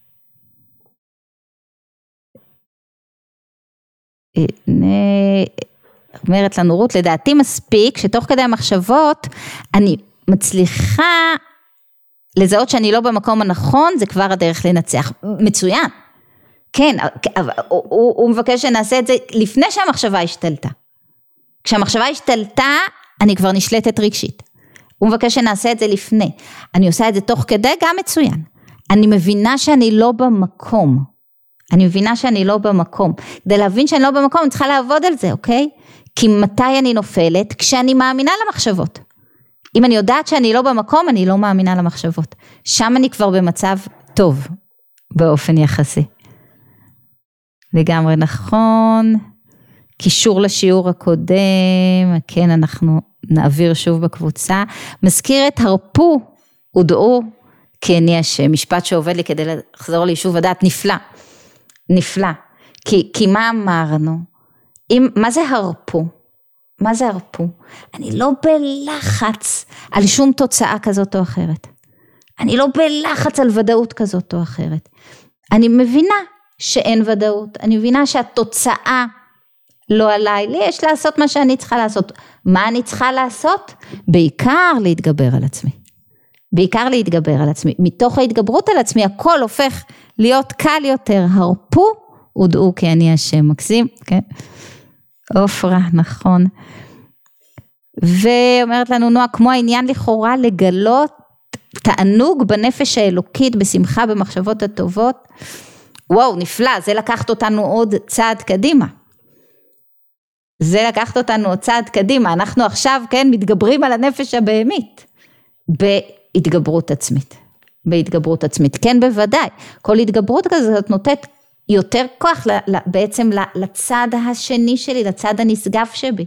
אומרת לנו רות, לדעתי מספיק שתוך כדי המחשבות אני מצליחה לזהות שאני לא במקום הנכון, זה כבר הדרך לנצח. מצוין. כן, הוא מבקש שנעשה את זה לפני שהמחשבה השתלטה. כשהמחשבה השתלטה, אני כבר נשלטת רגשית. הוא מבקש שנעשה את זה לפני. אני עושה את זה תוך כדי, גם מצוין. אני מבינה שאני לא במקום. אני מבינה שאני לא במקום. כדי להבין שאני לא במקום, אני צריכה לעבוד על זה, אוקיי? כי מתי אני נופלת? כשאני מאמינה למחשבות. אם אני יודעת שאני לא במקום, אני לא מאמינה למחשבות. שם אני כבר במצב טוב, באופן יחסי. לגמרי נכון. קישור לשיעור הקודם, כן, אנחנו נעביר שוב בקבוצה. מזכיר את הרפו, הודעו, כן, יש משפט שעובד לי כדי לחזור ליישוב הדעת, נפלא. נפלא. כי מה אמרנו? מה זה הרפו? מה זה הרפו? אני לא בלחץ על שום תוצאה כזאת או אחרת. אני לא בלחץ על ודאות כזאת או אחרת. אני מבינה שאין ודאות. אני מבינה שהתוצאה לא עליי. לי יש לעשות מה שאני צריכה לעשות. מה אני צריכה לעשות? בעיקר להתגבר על עצמי. בעיקר להתגבר על עצמי. מתוך ההתגברות על עצמי, הכל הופך להיות קל יותר. הרפו, הודעו כי אני השם. מקסים, כן? אופרה, נכון. ואומרת לנו נועה, כמו העניין לכאורה לגלות תענוג בנפש האלוקית, בשמחה, במחשבות הטובות. וואו, נפלא, זה לקחת אותנו עוד צעד קדימה. זה לקחת אותנו עוד צעד קדימה. אנחנו עכשיו, כן, מתגברים על הנפש הבהמית, בהתגברות עצמית. בהתגברות עצמית, כן בוודאי, כל התגברות כזאת נותנת יותר כוח בעצם לצד השני שלי, לצד הנשגב שבי,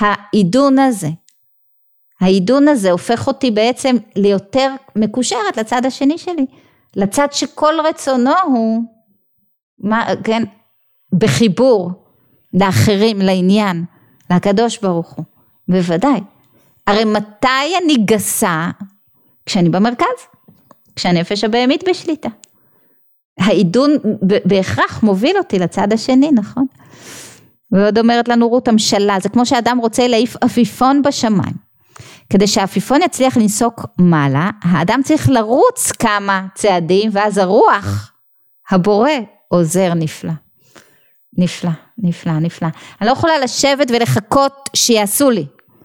העידון הזה הופך אותי בעצם ליותר מקושרת לצד השני שלי, לצד שכל רצונו הוא, כן, בחיבור לאחרים, לעניין, לקדוש ברוך הוא, בוודאי. הרי מתי אני גסה? כשאני במרכז, כשהנפש הבהמית בשליטה. העידון בהכרח מוביל אותי לצד השני, נכון? ועוד אומרת לנו רות המשלה, זה כמו שאדם רוצה להעיף עפיפון בשמיים. כדי שהעפיפון יצליח לנסוק מעלה, האדם צריך לרוץ כמה צעדים, ואז הרוח, הבורא, עוזר נפלא. נפלא, נפלא, נפלא. אני לא יכולה לשבת ולחכות שיעשו לי.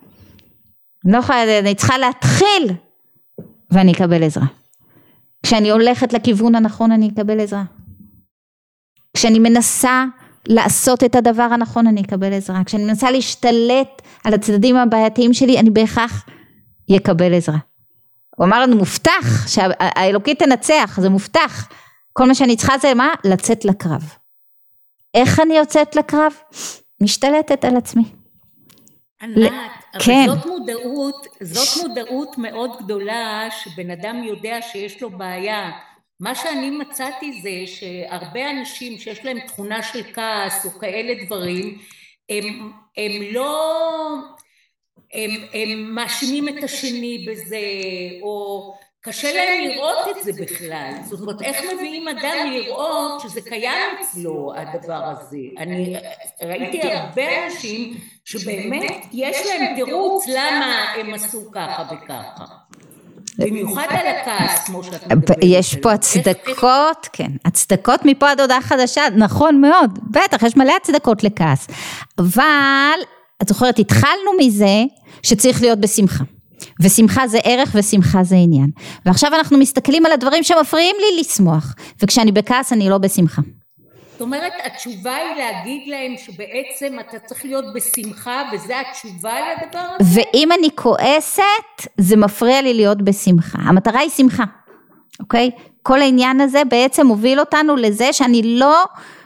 אני צריכה להתחיל, ואני אקבל עזרה. כשאני הולכת לכיוון הנכון, אני אקבל עזרה. כשאני מנסה לעשות את הדבר הנכון, אני אקבל עזרה. כשאני מנסה להשתלט על הצדדים הבעייתיים שלי, אני בהכרח יקבל עזרה. הוא אמר לנו, מובטח, שהאלוקית תנצח, זה מובטח. כל מה שאני צריכה זה מה? לצאת לקרב. איך אני יוצאת לקרב? משתלטת על עצמי.
ענת, אבל זאת מודעות מאוד גדולה, שבן אדם יודע שיש לו בעיה. מה שאני מצאתי זה שהרבה אנשים שיש להם תכונה של כעס או כאלה דברים, הם לא, הם מאשימים את השני בזה, או קשה להם לראות את זה בכלל. זאת אומרת, איך מביאים אדם לראות שזה קיים אצלו הדבר הזה? אני ראיתי הרבה אנשים שבאמת יש להם תירוץ למה הם עשו ככה וככה. במיוחד על הכעס, כמו שאת מדברת.
יש פה הצדקות, כן, הצדקות מפה עד הודעה חדשה, נכון מאוד, בטח, יש מלא הצדקות לכעס. אבל, את זוכרת, התחלנו מזה שצריך להיות בשמחה. ושמחה זה ערך ושמחה זה עניין. ועכשיו אנחנו מסתכלים על הדברים שמפריעים לי לשמוח, וכשאני בכעס אני לא בשמחה.
זאת אומרת, התשובה היא להגיד להם שבעצם אתה צריך להיות בשמחה, וזה התשובה לדבר הזה?
ואם אני כועסת, זה מפריע לי להיות בשמחה. המטרה היא שמחה, אוקיי? כל העניין הזה בעצם מוביל אותנו לזה שאני לא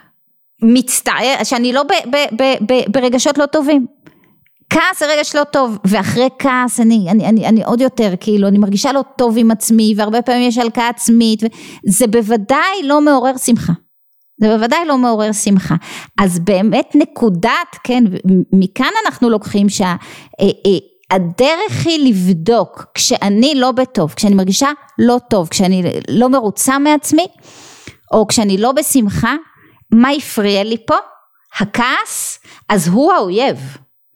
מצטער, שאני לא ברגשות לא טובים. כעס זה רגש לא טוב, ואחרי כעס אני עוד יותר, כאילו, אני מרגישה לא טוב עם עצמי, והרבה פעמים יש הלקאה עצמית, זה בוודאי לא מעורר שמחה. זה בוודאי לא מעורר שמחה. אז באמת נקודת, כן, מכאן אנחנו לוקחים שהדרך היא לבדוק, כשאני לא בטוב, כשאני מרגישה לא טוב, כשאני לא מרוצה מעצמי, או כשאני לא בשמחה, מה יפריע לי פה? הכעס, אז הוא האויב.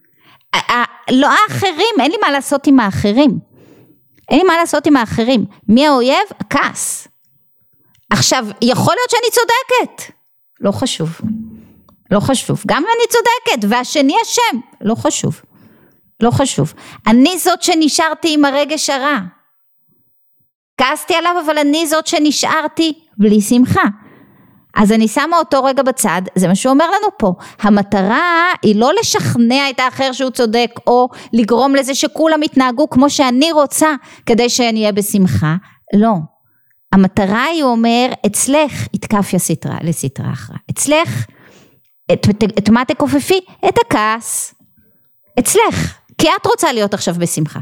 לא האחרים, אין לי מה לעשות עם האחרים. אין לי מה לעשות עם האחרים. מי האויב? הכעס. עכשיו, יכול להיות שאני צודקת. לא חשוב. לא חשוב. גם אני צודקת, והשני אשם. לא חשוב. לא חשוב. אני זאת שנשארתי עם הרגש הרע. כעסתי עליו, אבל אני זאת שנשארתי בלי שמחה. אז אני שמה אותו רגע בצד, זה מה שהוא אומר לנו פה. המטרה היא לא לשכנע את האחר שהוא צודק, או לגרום לזה שכולם יתנהגו כמו שאני רוצה, כדי שאני אהיה בשמחה. לא. המטרה היא, הוא אומר, אצלך יתקפיה סתרה לסתרה אחרה. אצלך, את מה תכופפי? את הכעס. אצלך. כי את רוצה להיות עכשיו בשמחה.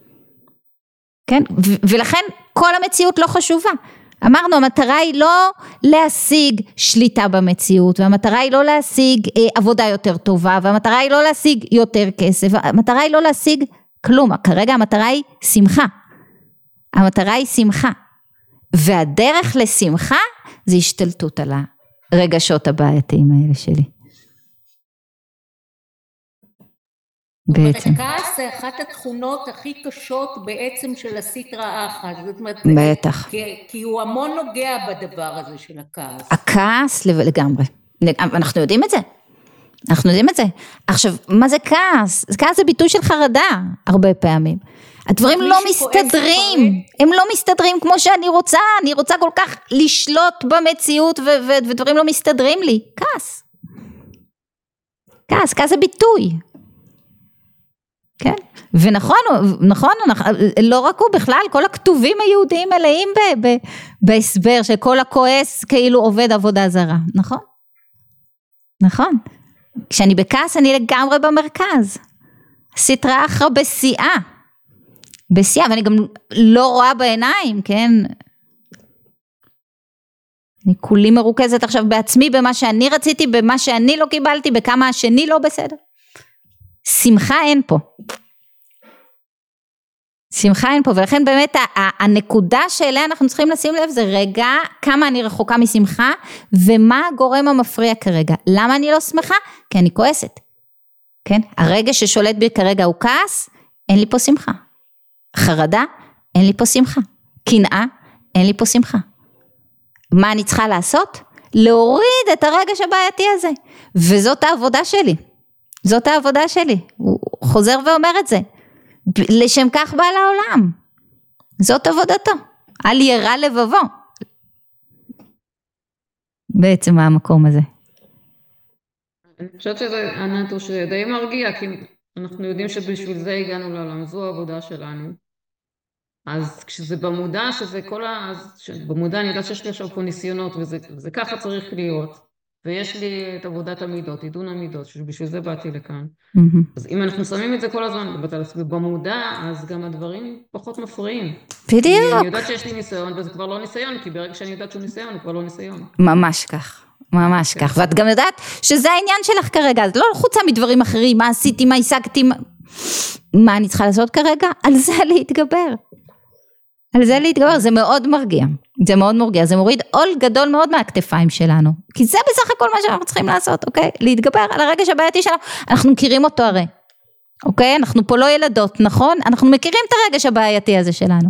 כן? ולכן כל המציאות לא חשובה. אמרנו, המטרה היא לא להשיג שליטה במציאות, והמטרה היא לא להשיג עבודה יותר טובה, והמטרה היא לא להשיג יותר כסף, המטרה היא לא להשיג כלום. כרגע המטרה היא שמחה. המטרה היא שמחה. והדרך לשמחה זה השתלטות על הרגשות הבעייתיים האלה שלי.
בעצם. כעס זה אחת התכונות הכי קשות בעצם של הסטרא אחרא. זאת אומרת,
בטח.
כי הוא המון נוגע בדבר הזה של הכעס.
הכעס לגמרי. אנחנו יודעים את זה. אנחנו יודעים את זה. עכשיו, מה זה כעס? כעס זה ביטוי של חרדה, הרבה פעמים. הדברים לא מסתדרים. הם לא מסתדרים כמו שאני רוצה. אני רוצה כל כך לשלוט במציאות, ודברים לא מסתדרים לי. כעס. כעס זה ביטוי. כן? ונכון, לא רק הוא בכלל, כל הכתובים היהודיים מלאים בהסבר, שכל הכועס כאילו עובד עבודה זרה, נכון? נכון. כשאני בכעס אני לגמרי במרכז, סטרא אחרא בשיאה, ואני גם לא רואה בעיניים, כן? אני כולי מרוכזת עכשיו בעצמי, במה שאני רציתי, במה שאני לא קיבלתי, בכמה השני לא בסדר. שמחה אין פה. שמחה אין פה, ולכן באמת הנקודה שאליה אנחנו צריכים לשים לב, זה רגע כמה אני רחוקה משמחה, ומה הגורם המפריע כרגע. למה אני לא שמחה? כי אני כועסת. כן? הרגע ששולט בי כרגע הוא כעס, אין לי פה שמחה. חרדה, אין לי פה שמחה. קנאה, אין לי פה שמחה. מה אני צריכה לעשות? להוריד את הרגש הבעייתי הזה. וזאת העבודה שלי. זאת העבודה שלי. הוא חוזר ואומר את זה. לשם כך בא לעולם. זאת עבודתו. אל ירא לבבו. בעצם המקום הזה.
אני חושבת שזה ענת שדי מרגיע, כי אנחנו יודעים שבשביל זה הגענו לעולם. זו העבודה שלנו. אז כשזה במודע, שזה במודע אני יודעת שיש לי עכשיו פה ניסיונות, וזה ככה צריך להיות. ויש לי את עבודת המידות, עידון המידות, שבשביל זה באתי לכאן. אז אם אנחנו שמים את זה כל הזמן במודע, אז גם הדברים פחות מפריעים.
בדיוק.
אני יודעת שיש לי ניסיון, וזה כבר לא ניסיון, כי ברגע שאני יודעת שהוא ניסיון, הוא כבר לא ניסיון.
ממש כך. ממש כך. ואת גם יודעת שזה העניין שלך כרגע, אז לא לחוצה מדברים אחרים, מה עשיתי, מה השגתי, מה אני צריכה לעשות כרגע? על זה להתגבר. על זה להתגבר, זה מאוד מרגיע, זה מאוד מרגיע, זה מוריד עול גדול מאוד מהכתפיים שלנו, כי זה בסך הכל מה שאנחנו צריכים לעשות, אוקיי? להתגבר על הרגש הבעייתי שלנו, אנחנו מכירים אותו הרי, אוקיי? אנחנו פה לא ילדות, נכון? אנחנו מכירים את הרגש הבעייתי הזה שלנו.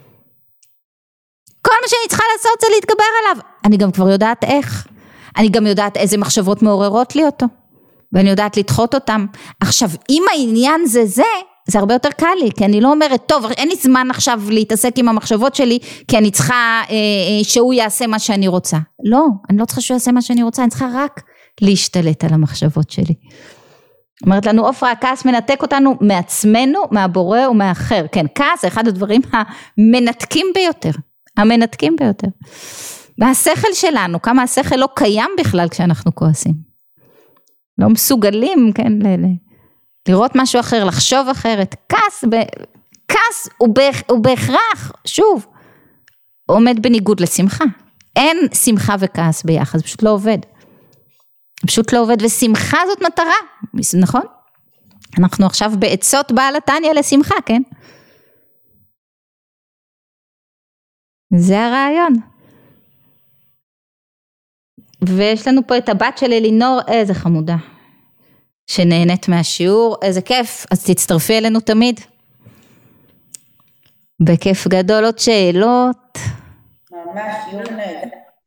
כל מה שאני צריכה לעשות זה להתגבר עליו, אני גם כבר יודעת איך, אני גם יודעת איזה מחשבות מעוררות לי אותו, ואני יודעת לדחות אותם. עכשיו, אם העניין זה הרבה יותר קל לי, כי אני לא אומרת, טוב, אין לי זמן עכשיו להתעסק עם המחשבות שלי, כי אני צריכה שהוא יעשה מה שאני רוצה. לא, אני לא צריכה שהוא יעשה מה שאני רוצה, אני צריכה רק להשתלט על המחשבות שלי. אומרת לנו, עופרה, הכעס מנתק אותנו מעצמנו, מהבורא ומאחר. כן, כעס זה אחד הדברים המנתקים ביותר. והשכל שלנו, כמה השכל לא קיים בכלל כשאנחנו כועסים. לא מסוגלים, כן, לראות משהו אחר, לחשוב אחרת. כעס הוא בהכרח, שוב, עומד בניגוד לשמחה. אין שמחה וכעס ביחד, זה פשוט לא עובד, ושמחה זאת מטרה, נכון? אנחנו עכשיו בעצות בעל התניא לשמחה, כן? זה הרעיון. ויש לנו פה את הבת של אלינור, איזה חמודה. שנהנית מהשיעור, איזה כיף, אז תצטרפי אלינו תמיד. בכיף גדול, עוד שאלות.
ממש, שיעור נהדר.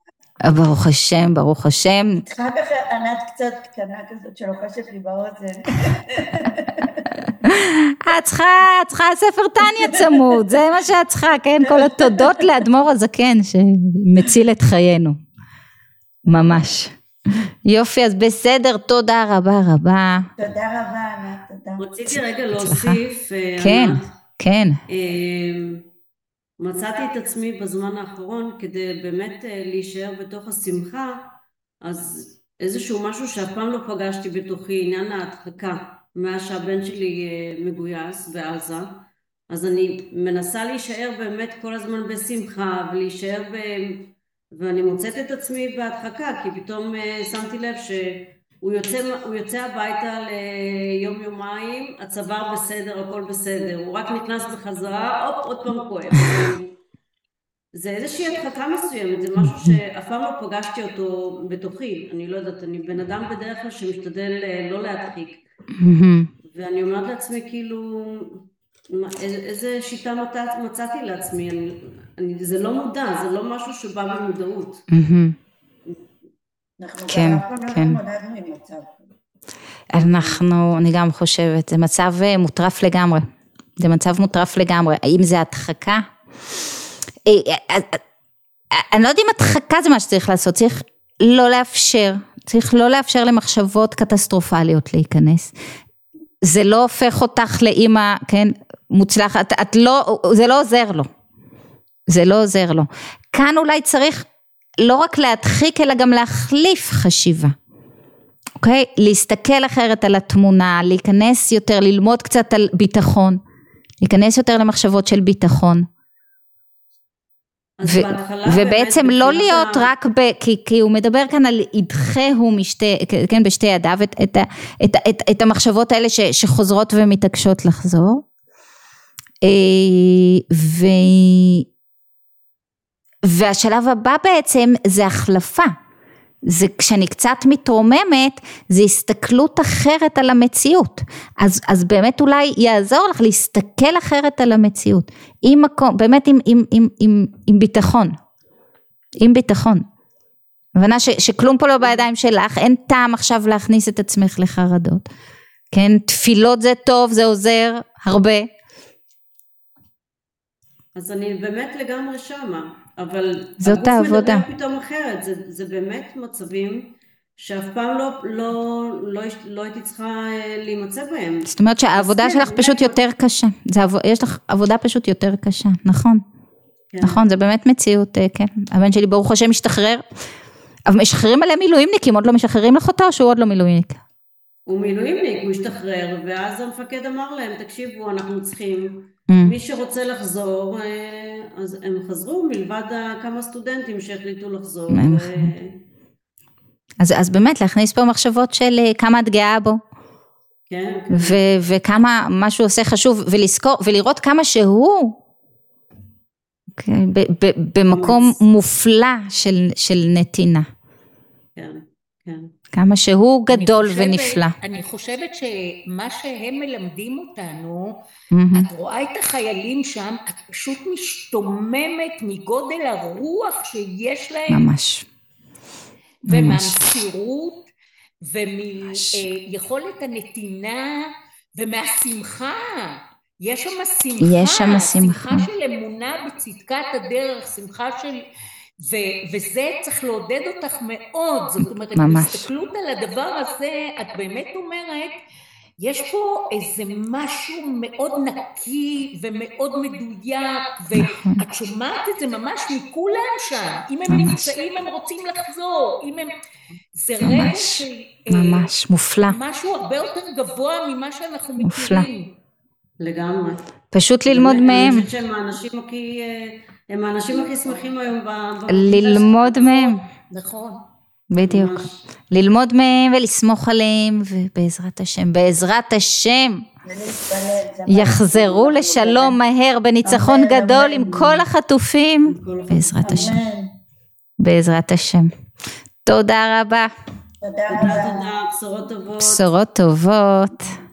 ברוך השם.
איתך ככה ענת קצת קטנה כזאת שלוחשת לי באוזן.
את צריכה ספר תניא צמוד, זה מה שאת צריכה, כן? כל התודות לאדמו"ר הזקן שמציל את חיינו. ממש. יופי, אז בסדר, תודה רבה.
תודה רבה, ענת, תודה.
רציתי רגע להוסיף,
כן.
מצאתי את עצמי בזמן האחרון, כדי באמת להישאר בתוך השמחה, אז איזשהו משהו שאף פעם לא פגשתי בתוכי, עניין ההדחקה, מאז שהבן שלי מגויס בעזה, אז אני מנסה להישאר באמת כל הזמן בשמחה, ולהישאר ואני מוצאת את עצמי בהדחקה, כי פתאום שמתי לב שהוא יוצא הביתה ליום יומיים, הצוואר בסדר, הכל בסדר, הוא רק נכנס בחזרה, עוד פעם כואב. זה איזושהי הדחקה מסוימת, זה משהו שאף פעם לא פגשתי אותו בתוכי, אני לא יודעת, אני בן אדם בדרך כלל שמשתדל לא להדחיק, ואני אומרת לעצמי כאילו, איזה שיטה מצאתי לעצמי, זה לא מודע, זה לא משהו שבא במודעות.
אנחנו גם אף פעם לא התמודדנו עם מצב.
אני גם חושבת, זה מצב מוטרף לגמרי, האם זה הדחקה? אני לא יודעת אם הדחקה זה מה שצריך לעשות, צריך לא לאפשר למחשבות קטסטרופליות להיכנס, זה לא הופך אותך לאמא, כן, מוצלחת, זה לא עוזר לו. זה לא עוזר לו. כאן אולי צריך לא רק להדחיק, אלא גם להחליף חשיבה. אוקיי? להסתכל אחרת על התמונה, להיכנס יותר, ללמוד קצת על ביטחון, להיכנס יותר למחשבות של ביטחון. ובעצם לא להיות רק, כי הוא מדבר כאן על ידחהו כן, בשתי ידיו, את המחשבות האלה שחוזרות ומתעקשות לחזור. והשלב הבא בעצם זה החלפה. זה כשאני קצת מתרוממת, זה הסתכלות אחרת על המציאות. אז באמת אולי יעזור לך להסתכל אחרת על המציאות. עם מקום, באמת עם ביטחון. עם ביטחון. הבנה שכלום פה לא בידיים שלך, אין טעם עכשיו להכניס את עצמך לחרדות. כן, תפילות זה טוב, זה עוזר הרבה.
אז אני באמת לגמרי שמה. אבל
זאת העבודה.
הגוף מדבר פתאום אחרת, זה באמת מצבים שאף פעם לא הייתי צריכה להימצא בהם.
זאת אומרת שהעבודה שלך פשוט יותר קשה, יש לך עבודה פשוט יותר קשה, נכון, נכון, זה באמת מציאות, כן, הבן שלי ברוך השם משתחרר, אבל משחררים עליהם מילואימניקים, עוד לא משחררים לך אותו או שהוא עוד לא מילואימניק?
הוא מילואימניק, הוא השתחרר, ואז המפקד אמר להם, תקשיבו, אנחנו צריכים, מי שרוצה לחזור, אז הם חזרו מלבד כמה סטודנטים שהחליטו לחזור.
אז באמת להכניס פה מחשבות של כמה את גאה בו.
כן.
וכמה משהו עושה חשוב, ולזכור, ולראות כמה שהוא, במקום מופלא של נתינה.
כן, כן.
כמה שהוא גדול ונפלא.
אני חושבת שמה שהם מלמדים אותנו, את רואה את החיילים שם, את פשוט משתוממת מגודל הרוח שיש להם.
ממש.
ומהמסירות, ומיכולת הנתינה, ומהשמחה. יש שם שמחה של אמונה בצדקת הדרך, שמחה של... וזה צריך לעודד אותך מאוד, זאת אומרת, בהסתכלות על הדבר הזה, את באמת אומרת, יש פה איזה משהו מאוד נקי ומאוד מדויק, ואת שומעת את זה ממש מכולם שם, אם הם נמצאים הם רוצים לחזור, אם הם... זה רגע של...
ממש, מופלא.
משהו הרבה יותר גבוה ממה שאנחנו מכירים.
לגמרי.
פשוט ללמוד מהם.
אני חושבת שהם האנשים הכי שמחים היום
ללמוד מהם.
נכון.
בדיוק. ללמוד מהם ולסמוך עליהם, ובעזרת השם, יחזרו לשלום מהר בניצחון גדול עם כל החטופים. בעזרת השם. בעזרת השם. תודה רבה.
תודה, בשורות טובות.
בשורות טובות.